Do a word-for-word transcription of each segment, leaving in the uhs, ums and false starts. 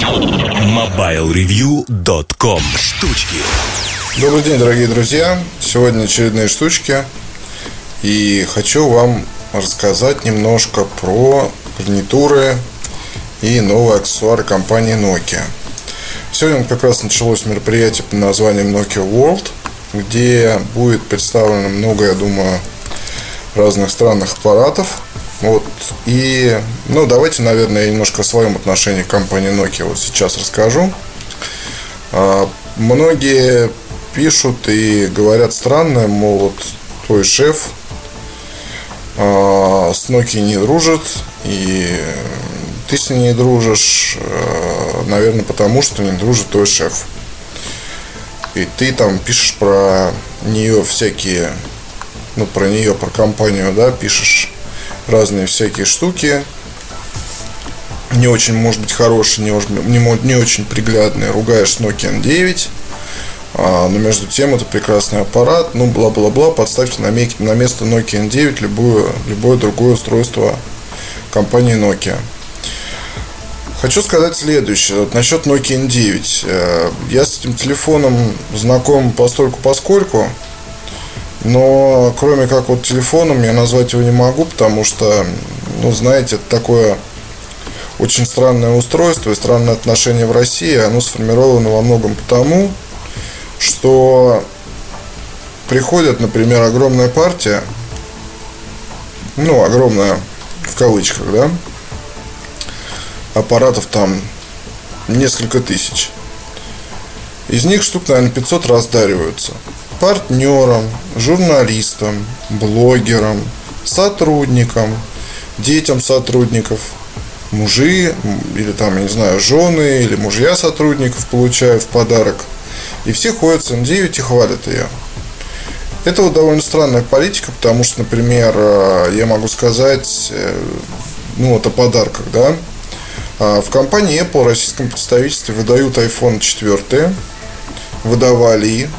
мобайл ревью точка ком. Штучки. Добрый день, дорогие друзья. Сегодня очередные штучки. И хочу вам рассказать немножко про гарнитуры и новые аксессуары компании Nokia. Сегодня как раз началось мероприятие под названием Nokia World, где будет представлено много, я думаю, разных странных аппаратов. Вот. И, ну, давайте, наверное, я немножко о своем отношении к компании Nokia вот сейчас расскажу. а, Многие пишут и говорят странное, мол, вот твой шеф а, с Nokia не дружит, и ты с ней не дружишь, а, наверное, потому что не дружит твой шеф. И ты там пишешь про нее всякие, ну, про нее, про компанию, да, пишешь разные всякие штуки, не очень, может быть, хорошие, не, не, не очень приглядные, ругаешь Nokia эн девять, а, но между тем это прекрасный аппарат, ну, бла-бла-бла, подставьте на, на место Nokia эн девять любое, любое другое устройство компании Nokia. Хочу сказать следующее, вот насчет Nokia эн девять. Я с этим телефоном знаком постольку-поскольку, но кроме как вот телефоном я назвать его не могу, потому что, ну, знаете, это такое очень странное устройство и странное отношение в России. Оно сформировано во многом потому, что приходит, например, огромная партия, ну, огромная в кавычках, да, аппаратов там несколько тысяч. Из них штук, наверное, пятьсот раздариваются партнерам, журналистам, блогерам, сотрудникам, детям сотрудников, мужи или там, я не знаю, жены или мужья сотрудников получают в подарок. И все ходят с эн девять и хвалят ее. Это вот довольно странная политика, потому что, например, я могу сказать, ну вот о подарках, да. В компании Apple в российском представительстве выдают айфон четыре, выдавали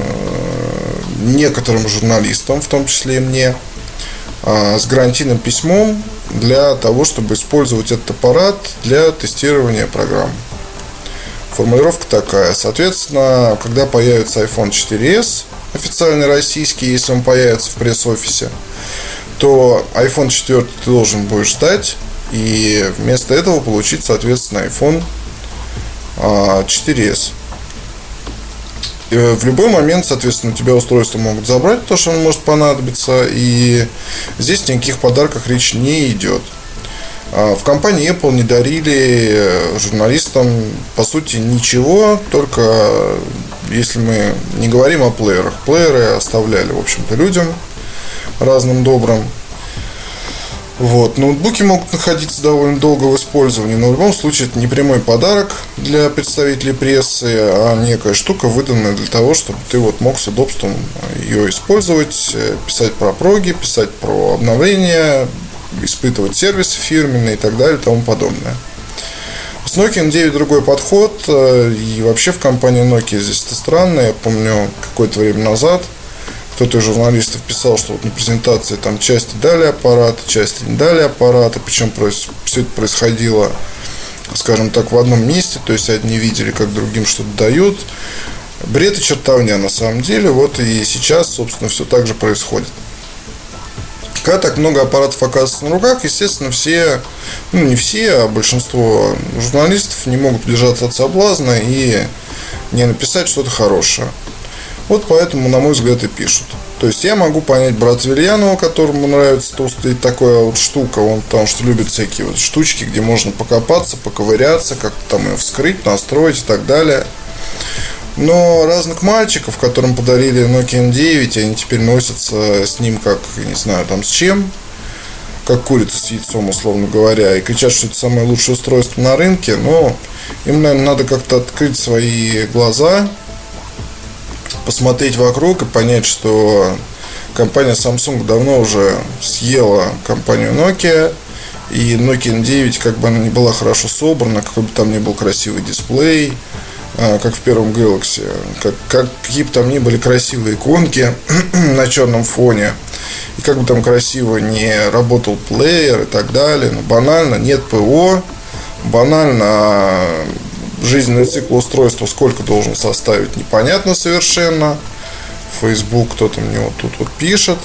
некоторым журналистам, в том числе и мне, с гарантийным письмом для того, чтобы использовать этот аппарат для тестирования программ. Формулировка такая. Соответственно, когда появится айфон четыре эс, официальный российский, если он появится в пресс-офисе, то айфон четыре ты должен будешь ждать и вместо этого получить, соответственно, айфон четыре эс. И в любой момент, соответственно, у тебя устройство могут забрать, потому что оно может понадобиться. И здесь ни о никаких подарках речь не идет. В компании Apple не дарили журналистам, по сути, ничего. Только если мы не говорим о плеерах. Плееры оставляли, в общем-то, людям разным добрым. Вот. Ноутбуки могут находиться довольно долго в использовании, но в любом случае это не прямой подарок для представителей прессы, а некая штука, выданная для того, чтобы ты вот мог с удобством ее использовать, писать про проги, писать про обновления, испытывать сервисы фирменные и так далее и тому подобное. С Nokia эн девять другой подход, и вообще в компании Nokia здесь это странно. Я помню, какое-то время назад кто-то из журналистов писал, что вот на презентации там части дали аппараты, части не дали аппараты. Причем все это происходило, скажем так, в одном месте. То есть одни видели, как другим что-то дают. Бред и чертовня на самом деле. Вот и сейчас, собственно, все так же происходит. Когда так много аппаратов оказывается на руках, естественно, все, ну не все, а большинство журналистов не могут удержаться от соблазна и не написать что-то хорошее. Вот поэтому, на мой взгляд, и пишут. То есть я могу понять брата Вильянова, которому нравится толстая такая вот штука. Он потому что любит всякие вот штучки, где можно покопаться, поковыряться, как-то там ее вскрыть, настроить и так далее. Но разных мальчиков, которым подарили Nokia эн девять, они теперь носятся с ним как, я не знаю, там с чем, как курица с яйцом, условно говоря, и кричат, что это самое лучшее устройство на рынке. Но им, наверное, надо как-то открыть свои глаза, посмотреть вокруг и понять, что компания Samsung давно уже съела компанию Nokia. И Nokia эн девять, как бы она ни была хорошо собрана, какой бы там ни был красивый дисплей, как в первом Galaxy, как, как, какие бы там ни были красивые иконки на черном фоне, и как бы там красиво не работал плеер и так далее, но банально нет ПО, банально жизненный цикл устройства сколько должен составить, непонятно совершенно. Facebook кто-то мне вот тут вот пишет.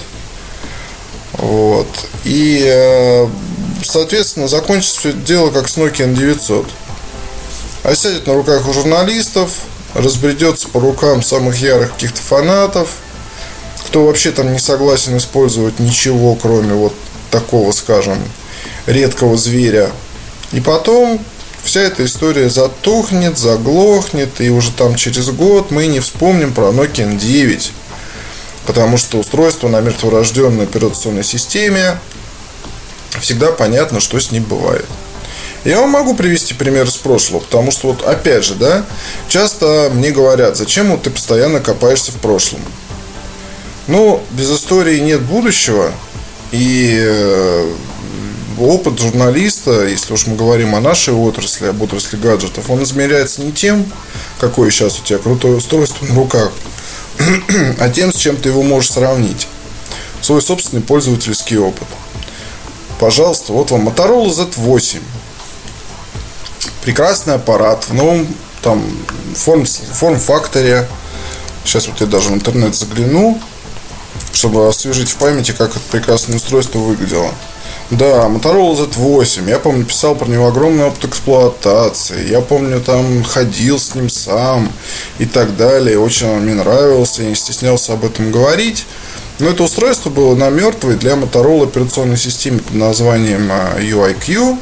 Вот. И, соответственно, закончится все это дело как с Nokia эн девятьсот. Осядет на руках у журналистов, разбредется по рукам самых ярых каких-то фанатов, кто вообще там не согласен использовать ничего, кроме вот такого, скажем, редкого зверя. И потом вся эта история затухнет, заглохнет, и уже там через год мы не вспомним про Nokia эн девять. Потому что устройство на мертворожденной операционной системе, всегда понятно, что с ним бывает. Я вам могу привести пример из прошлого, потому что вот опять же, да, часто мне говорят, зачем вот ты постоянно копаешься в прошлом. Ну, без истории нет будущего, и э, опыт журналиста, если уж мы говорим о нашей отрасли, об отрасли гаджетов, он измеряется не тем, какое сейчас у тебя крутое устройство на руках, а тем, с чем ты его можешь сравнить. Свой собственный пользовательский опыт. Пожалуйста, вот вам Motorola зет восемь. Прекрасный аппарат в новом там форм, форм-факторе. Сейчас вот я даже в интернет загляну, чтобы освежить в памяти, как это прекрасное устройство выглядело. Да, Motorola зет восемь. Я помню, писал про него огромный опыт эксплуатации. Я помню, там ходил с ним сам и так далее. Очень он мне нравился. Я не стеснялся об этом говорить. Но это устройство было на мертвой для Motorola операционной системе под названием ю ай кью.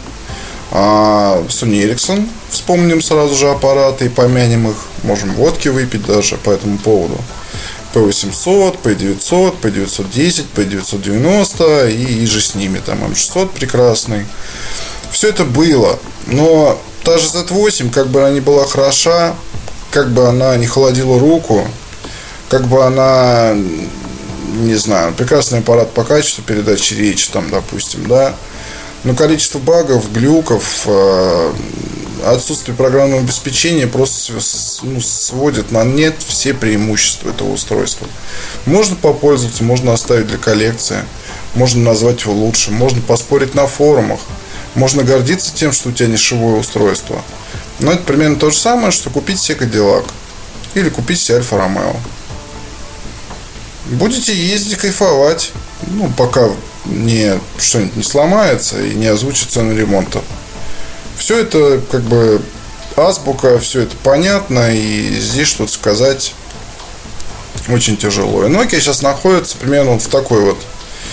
А Sony Ericsson. Вспомним сразу же аппараты и помянем их. Можем водки выпить даже по этому поводу. пи восемьсот, пи девятьсот, пи девятьсот десять, пи девятьсот девяносто и, и же с ними там эм шестьсот прекрасный. Все это было. Но та же зет восемь, как бы она ни была хороша, как бы она не холодила руку, как бы она, не знаю, прекрасный аппарат по качеству передачи речи, там, допустим, да, но количество багов, глюков, отсутствие программного обеспечения просто, ну, сводит на нет все преимущества этого устройства. Можно попользоваться, можно оставить для коллекции, можно назвать его лучшим, можно поспорить на форумах, можно гордиться тем, что у тебя нишевое устройство. Но это примерно то же самое, что купить себе Cadillac или купить себе Альфа Ромео. Будете ездить, кайфовать, ну, пока не, что-нибудь не сломается и не озвучит цену ремонта. Все это как бы азбука, все это понятно, и здесь что-то сказать очень тяжело. И Nokia сейчас находится примерно вот в такой вот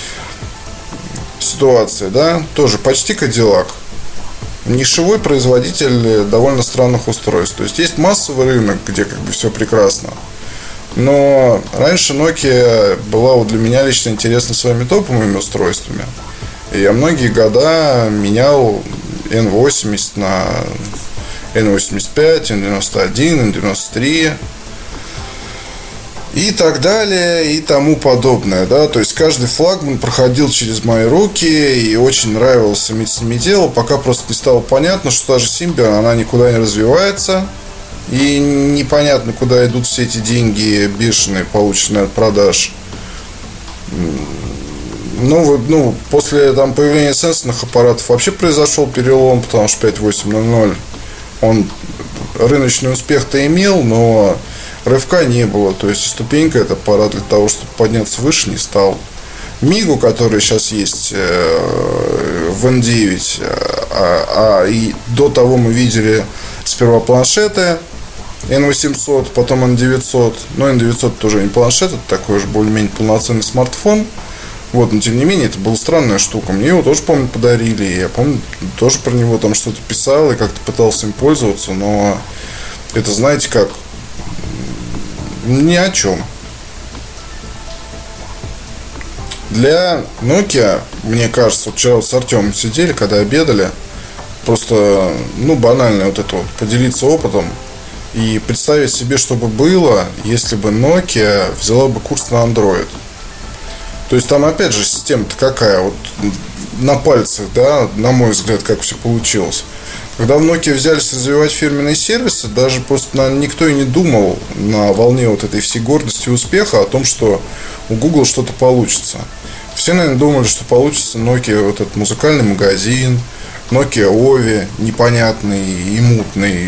ситуации, да, тоже почти Cadillac. Нишевой производитель довольно странных устройств. То есть есть массовый рынок, где как бы все прекрасно. Но раньше Nokia была вот для меня лично интересна своими топовыми устройствами. И я многие года менял эн восемьдесят на эн восемьдесят пять, эн девяносто один, эн девяносто три и так далее и тому подобное, да, то есть каждый флагман проходил через мои руки и очень нравилось иметь с ними дело, пока просто не стало понятно, что та же Symbian, она никуда не развивается и непонятно, куда идут все эти деньги бешеные, полученные от продаж. Ну, ну, после там, появления сенсорных аппаратов вообще произошел перелом, потому что пять восемь ноль ноль он рыночный успех-то имел, но рывка не было. То есть ступенька этот аппарат для того, чтобы подняться выше, не стал. Мигу, который сейчас есть в эн девять, а, а и до того мы видели сперва планшеты эн восемьсот, потом эн девятьсот. Но эн девятьсот тоже не планшет, это такой же более-менее полноценный смартфон. Вот, но тем не менее, это была странная штука. Мне его тоже, помню, подарили. И я помню, тоже про него там что-то писал и как-то пытался им пользоваться. Но это, знаете, как ни о чем. Для Nokia, мне кажется, вчера вот с Артемом сидели, когда обедали, просто, ну, банально вот это вот, поделиться опытом и представить себе, что бы было, если бы Nokia взяла бы курс на Android. То есть там опять же система-то какая, вот на пальцах, да, на мой взгляд, как все получилось. Когда в Nokia взялись развивать фирменные сервисы, даже просто на, никто и не думал на волне вот этой всей гордости и успеха о том, что у Google что-то получится. Все, наверное, думали, что получится Nokia вот этот музыкальный магазин, Nokia Ovi непонятный и мутный,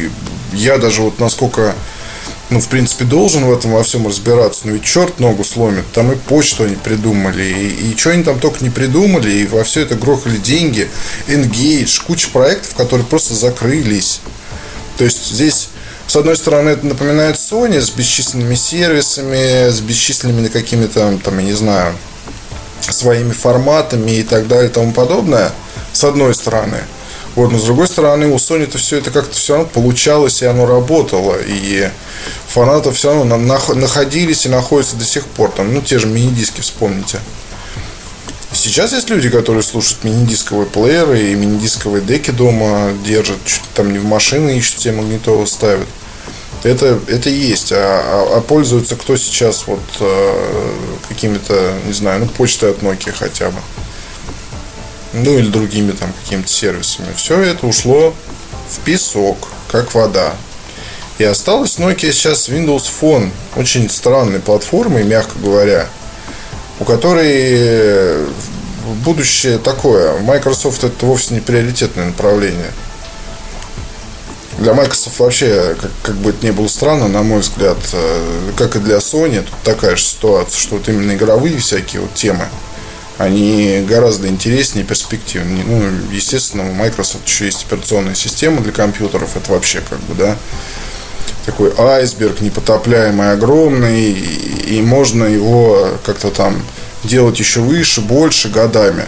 я даже вот насколько, ну, в принципе, должен в этом во всем разбираться, но ведь черт ногу сломит. Там и почту они придумали, и, и что они там только не придумали, и во все это грохали деньги. Engage, куча проектов, которые просто закрылись. То есть здесь, с одной стороны, это напоминает Sony с бесчисленными сервисами, с бесчисленными какими-то, там, я не знаю, своими форматами и так далее и тому подобное, с одной стороны. Вот, но с другой стороны, у Sony-то все это как-то все равно получалось, и оно работало. И фанаты все равно находились и находятся до сих пор. Там, ну, те же мини-диски, вспомните. Сейчас есть люди, которые слушают мини-дисковые плееры и мини-дисковые деки дома держат, чуть там не в машины ищут, себе магнитолы ставят. Это, это есть. А, а, а пользуются кто сейчас вот э, какими-то, не знаю, ну, почтой от Nokia хотя бы. Ну, или другими там какими-то сервисами. Все это ушло в песок, как вода. И осталось Nokia сейчас Windows Phone. Очень странной платформой, мягко говоря, у которой будущее такое. Microsoft это вовсе не приоритетное направление. Для Microsoft вообще, как, как бы это ни было странно, на мой взгляд, как и для Sony, тут такая же ситуация, что вот именно игровые всякие вот темы, они гораздо интереснее и перспективнее. Ну, естественно, у Microsoft еще есть операционная система для компьютеров. Это вообще как бы, да, такой айсберг непотопляемый, огромный. И можно его как-то там делать еще выше, больше годами.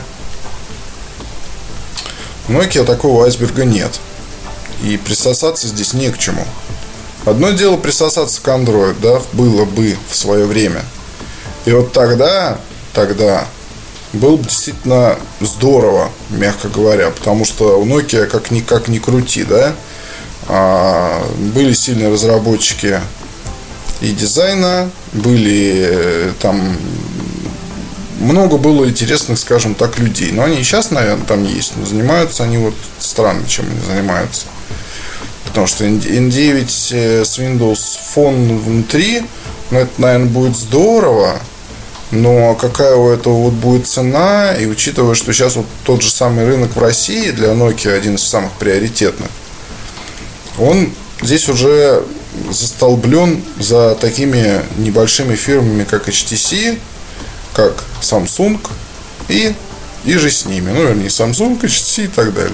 У Nokia такого айсберга нет. И присосаться здесь не к чему. Одно дело присосаться к Android, да, было бы в свое время. И вот тогда, тогда было бы действительно здорово, мягко говоря, потому что у Nokia как ни, как ни крути, да, были сильные разработчики и дизайна, были там много было интересных, скажем так, людей. Но они и сейчас, наверное, там есть, но занимаются они вот странно, чем они занимаются. Потому что эн девять с Windows Phone внутри, ну, это, наверное, будет здорово. Но какая у этого вот будет цена, и учитывая, что сейчас вот тот же самый рынок в России для Nokia один из самых приоритетных, он здесь уже застолблен за такими небольшими фирмами, как эйч ти си, как Samsung и, и же с ними. Ну, вернее, Samsung, эйч ти си и так далее.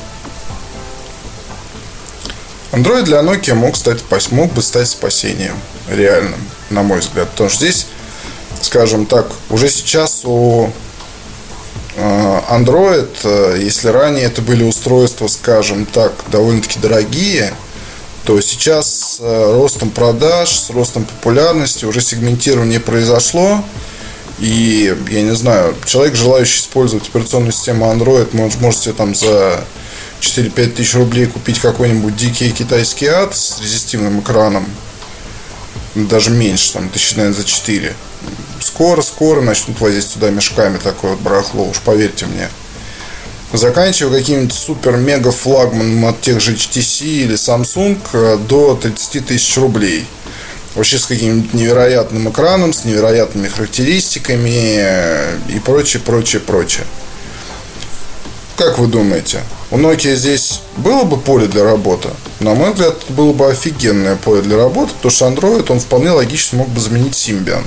Android для Nokia мог, стать, мог бы стать спасением реальным, на мой взгляд. Потому что здесь, скажем так, уже сейчас у Android, если ранее это были устройства, скажем так, довольно-таки дорогие, то сейчас с ростом продаж, с ростом популярности уже сегментирование произошло. И, я не знаю, человек, желающий использовать операционную систему Android, может, может себе там за четыре-пять тысяч рублей купить какой-нибудь дикий китайский ад с резистивным экраном. Даже меньше, там, тысячи, наверное, за четыре. Скоро-скоро начнут возить сюда мешками такое вот барахло, уж поверьте мне. Заканчивая каким-нибудь супер-мега флагманом от тех же эйч ти си или Samsung до тридцать тысяч рублей. Вообще с каким-нибудь невероятным экраном, с невероятными характеристиками и прочее, прочее, прочее. Как вы думаете, у Nokia здесь было бы поле для работы? На мой взгляд, это было бы офигенное поле для работы, потому что Android, он вполне логично мог бы заменить Symbian.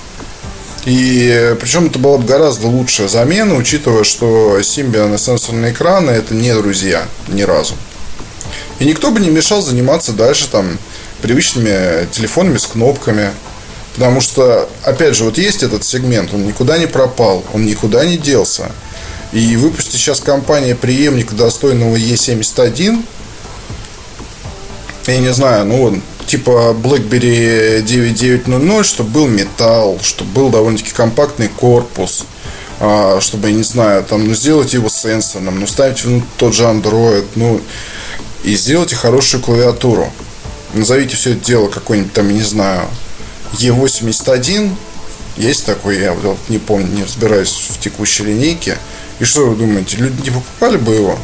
И причем это была бы гораздо лучшая замена, учитывая, что Symbian и сенсорные экраны — это не друзья ни разу. И никто бы не мешал заниматься дальше там привычными телефонами с кнопками. Потому что, опять же, вот есть этот сегмент, он никуда не пропал, он никуда не делся. И выпустит сейчас компания преемник достойного и семьдесят один. Я не знаю, ну, типа BlackBerry девять девять ноль ноль, чтобы был металл, чтобы был довольно-таки компактный корпус, чтобы, я не знаю, там, ну, сделать его сенсорным, ну, ставить в тот же Android, ну, и сделайте хорошую клавиатуру. Назовите все это дело какой-нибудь там, я не знаю, и восемьдесят один. Есть такой, я вот не помню, не разбираюсь в текущей линейке. И что вы думаете, люди не покупали бы его?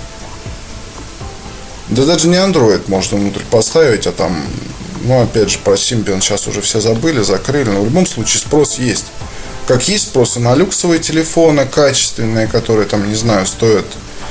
Да даже не Android можно внутрь поставить, а там, ну, опять же, про Symbian сейчас уже все забыли, закрыли. Но в любом случае спрос есть. Как есть спрос на люксовые телефоны, качественные, которые там, не знаю, стоят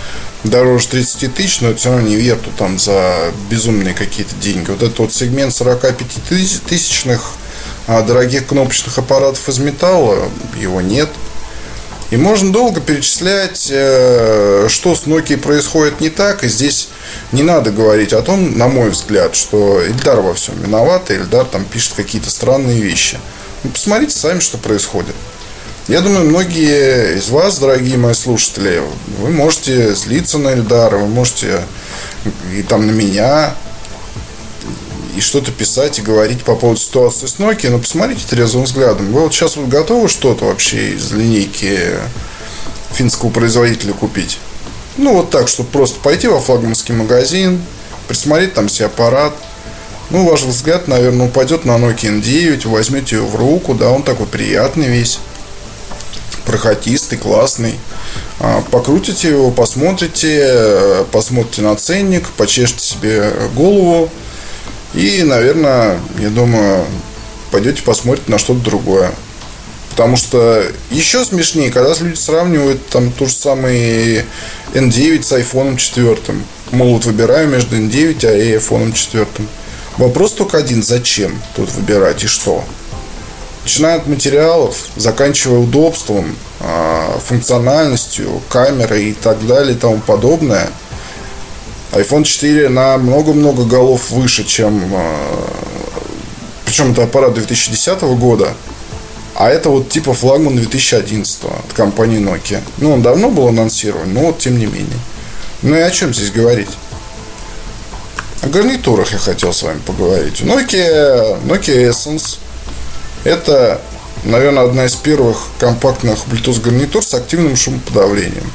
дороже тридцать тысяч, но это все равно не Верту там за безумные какие-то деньги. Вот этот вот сегмент сорок пять тысячных дорогих кнопочных аппаратов из металла, его нет. И можно долго перечислять, что с Nokia происходит не так. И здесь не надо говорить о том, на мой взгляд, что Ильдар во всем виноват, и Ильдар там пишет какие-то странные вещи. Ну, посмотрите сами, что происходит. Я думаю, многие из вас, дорогие мои слушатели, вы можете злиться на Ильдара, вы можете и там на меня, и что-то писать и говорить по поводу ситуации с Nokia, но посмотрите трезвым взглядом. Вы вот сейчас вот готовы что-то вообще из линейки финского производителя купить? Ну, вот так, чтобы просто пойти во флагманский магазин, присмотреть там себе аппарат. Ну, ваш взгляд, наверное, упадет на Nokia эн девять, вы возьмете ее в руку, да, он такой приятный весь, проходистый, классный. Покрутите его, посмотрите, посмотрите на ценник, почешите себе голову. И, наверное, я думаю, пойдете посмотрите на что-то другое. Потому что еще смешнее, когда люди сравнивают там тот же самый эн девять с айфон четыре. Мол, вот выбираю между эн девять и айфон четыре. Вопрос только один: зачем тут выбирать и что? Начиная от материалов, заканчивая удобством, функциональностью, камерой и так далее и тому подобное. айфон четыре на много-много голов выше, чем... Причем это аппарат две тысячи десятого года. А это вот типа флагман две тысячи одиннадцатого от компании Nokia. Ну, он давно был анонсирован, но вот тем не менее. Ну и о чем здесь говорить? О гарнитурах я хотел с вами поговорить. Nokia, Nokia Essence. Это, наверное, одна из первых компактных Bluetooth гарнитур с активным шумоподавлением.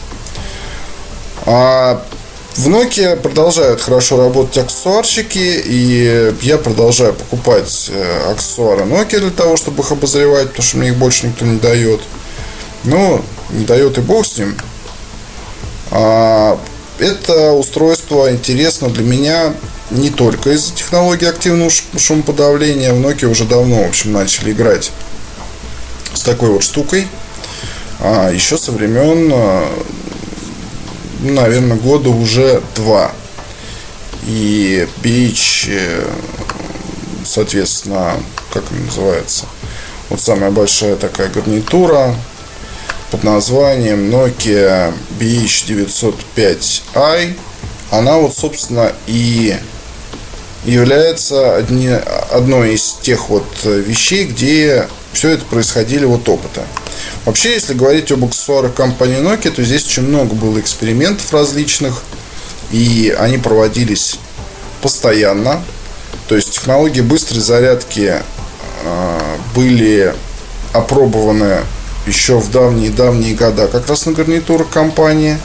А в Nokia продолжают хорошо работать аксессуарщики, и я продолжаю покупать аксессуары Nokia для того, чтобы их обозревать, потому что мне их больше никто не дает. Ну, не дает и бог с ним. А это устройство интересно для меня не только из-за технологии активного шумоподавления. В Nokia уже давно, в общем, начали играть с такой вот штукой. А еще со времен, наверное, года уже два. И би эйч, соответственно, как она называется, вот самая большая такая гарнитура под названием Nokia би эйч девятьсот пять ай, она вот, собственно, и является одни, одной из тех вот вещей, где все это происходили вот опыта. Вообще, если говорить об аксессуарах компании Nokia, то здесь очень много было экспериментов различных, и они проводились постоянно. То есть технологии быстрой зарядки э, были опробованы еще в давние-давние года как раз на гарнитурах компании.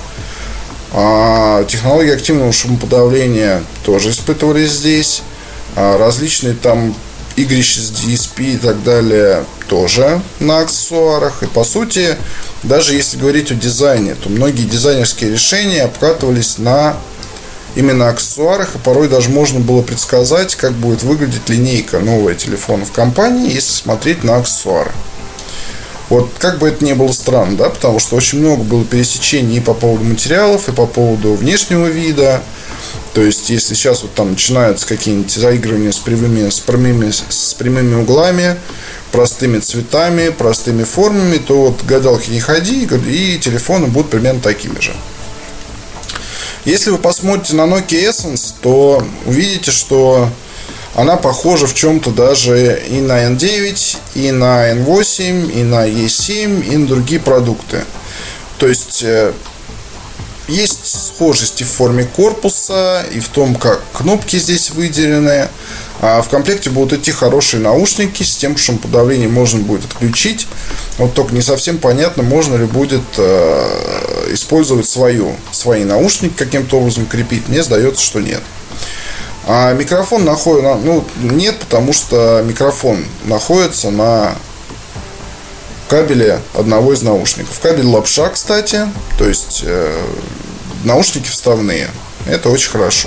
А технологии активного шумоподавления тоже испытывались здесь. А различные там игрища с ди эс пи и так далее тоже на аксессуарах. И по сути, даже если говорить о дизайне, то многие дизайнерские решения обкатывались на именно аксессуарах. И порой даже можно было предсказать, как будет выглядеть линейка нового телефона в компании, если смотреть на аксессуары. Вот как бы это ни было странно, да, потому что очень много было пересечений и по поводу материалов, и по поводу внешнего вида. То есть, если сейчас вот там начинаются какие-нибудь заигрывания с прямыми, с прямыми, с прямыми углами, простыми цветами, простыми формами, то вот к гадалке не ходи, и телефоны будут примерно такими же. Если вы посмотрите на Nokia Essence, то увидите, что она похожа в чем-то даже и на эн девять, и на эн восемь, и на и семь, и на другие продукты. То есть есть схожести в форме корпуса и в том, как кнопки здесь выделены. А в комплекте будут идти хорошие наушники с тем, что шумоподавление можно будет отключить. Вот только не совсем понятно, можно ли будет э, использовать свою, свои наушники каким-то образом крепить. Мне сдается, что нет. А микрофон находится, ну, нет, потому что микрофон находится на кабеле одного из наушников. Кабель лапша, кстати, то есть э, наушники вставные. Это очень хорошо.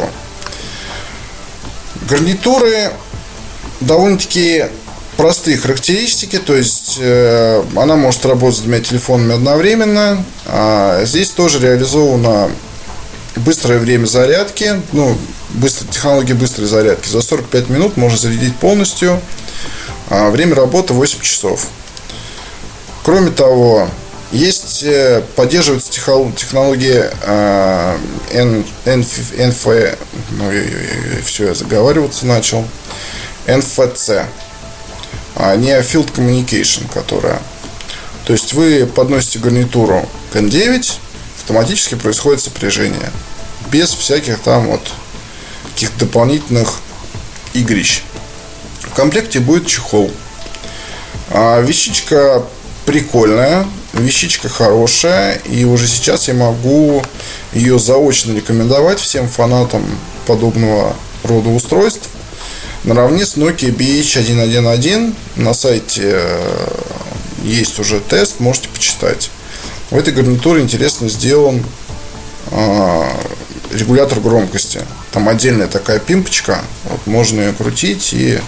Гарнитуры довольно-таки простые характеристики, то есть э, она может работать с двумя телефонами одновременно. А здесь тоже реализована быстрое время зарядки, ну, быстро, технология быстрой зарядки. За сорок пять минут можно зарядить полностью. А время работы восемь часов. Кроме того, есть, поддерживается технология эн эф, ну, все, я заговариваться начал, эн эф си, Near Field Communication, которая, то есть вы подносите гарнитуру к эн девять, автоматически происходит сопряжение, без всяких там вот каких-то дополнительных игрищ. В комплекте будет чехол. Вещичка прикольная, вещичка хорошая, и уже сейчас я могу ее заочно рекомендовать всем фанатам подобного рода устройств наравне с Nokia би эйч сто одиннадцать. На сайте есть уже тест, можете почитать. В этой гарнитуре интересно сделан э, регулятор громкости. Там отдельная такая пимпочка, вот, можно ее крутить, и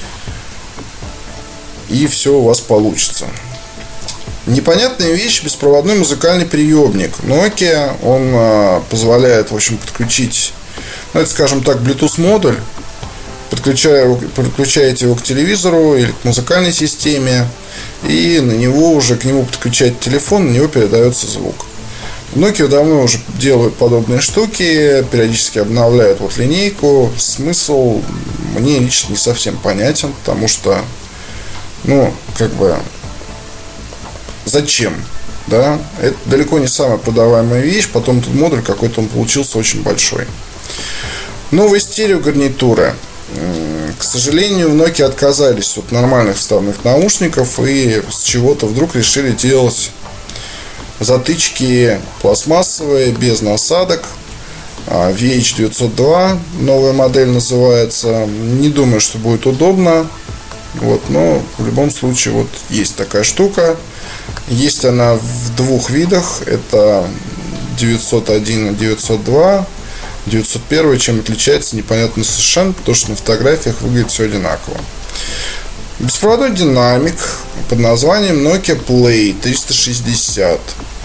и все у вас получится. Непонятная вещь — беспроводной музыкальный приемник Nokia. Он э, позволяет, в общем, подключить, ну, это, скажем так, Bluetooth модуль. Подключая, подключаете его к телевизору или к музыкальной системе, и на него уже, к нему подключаете телефон, на него передается звук. Nokia давно уже делают подобные штуки, периодически обновляют вот линейку. Смысл мне лично не совсем понятен, потому что, ну, как бы, зачем? Да? Это далеко не самая продаваемая вещь. Потом тут модуль какой-то, он получился очень большой. Новые стереогарнитуры. К сожалению, в Nokia отказались от нормальных вставных наушников и с чего-то вдруг решили делать затычки пластмассовые, без насадок. ви эйч девятьсот два новая модель называется. Не думаю, что будет удобно. Вот, но в любом случае вот есть такая штука. Есть она в двух видах. Это девятьсот один и девятьсот два. девятьсот один, чем отличается, непонятно совершенно, потому что на фотографиях выглядит все одинаково. Беспроводной динамик под названием Nokia Play триста шестьдесят.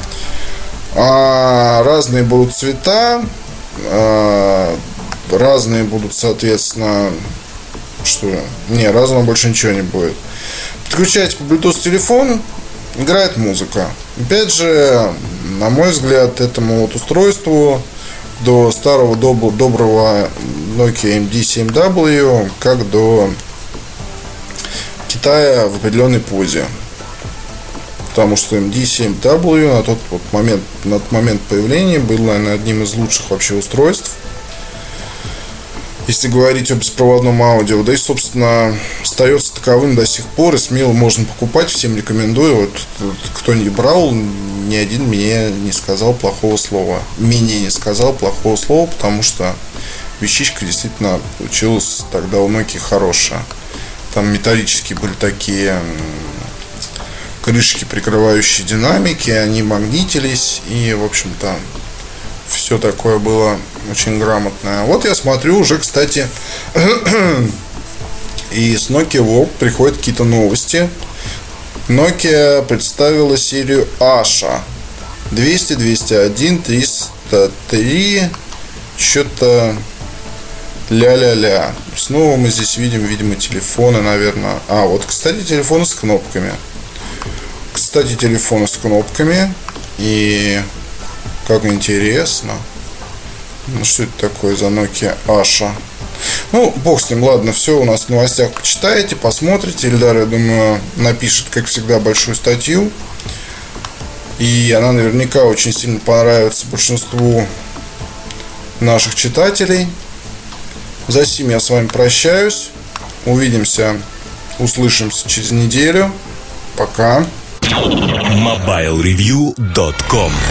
А, разные будут цвета, а, разные будут, соответственно, что? Не, разного больше ничего не будет. Подключаете по Bluetooth телефон, играет музыка. Опять же, на мой взгляд, этому вот устройству до старого доброго Nokia эм ди семь дабл ю, как до Китая в определенной позе. Потому что эм ди семь дабл ю на тот вот момент, на тот момент появления был, наверное, одним из лучших вообще устройств, если говорить о беспроводном аудио. Да и, собственно, остается таковым до сих пор, и смело можно покупать, всем рекомендую. Вот, вот кто не брал, ни один мне не сказал плохого слова. Мне не сказал плохого слова, потому что вещичка действительно получилась тогда у Nokia хорошая. Там металлические были такие крышки, прикрывающие динамики, они магнитились, и, в общем-то, все такое было очень грамотное. Вот я смотрю уже, кстати, и с Nokia World приходят какие-то новости. Nokia представила серию Asha двести, двести один, триста три, что-то ля-ля-ля. Снова мы здесь видим, видимо, телефоны, наверное. А, вот, кстати, телефоны с кнопками. Кстати, телефоны с кнопками. И как интересно. Ну, что это такое за Nokia Asha? Ну, бог с ним, ладно, все у нас в новостях почитаете, посмотрите. Ильдар, я думаю, напишет, как всегда, большую статью. И она наверняка очень сильно понравится большинству наших читателей. За сим я с вами прощаюсь. Увидимся, услышимся через неделю. Пока. мобайл ревью точка ком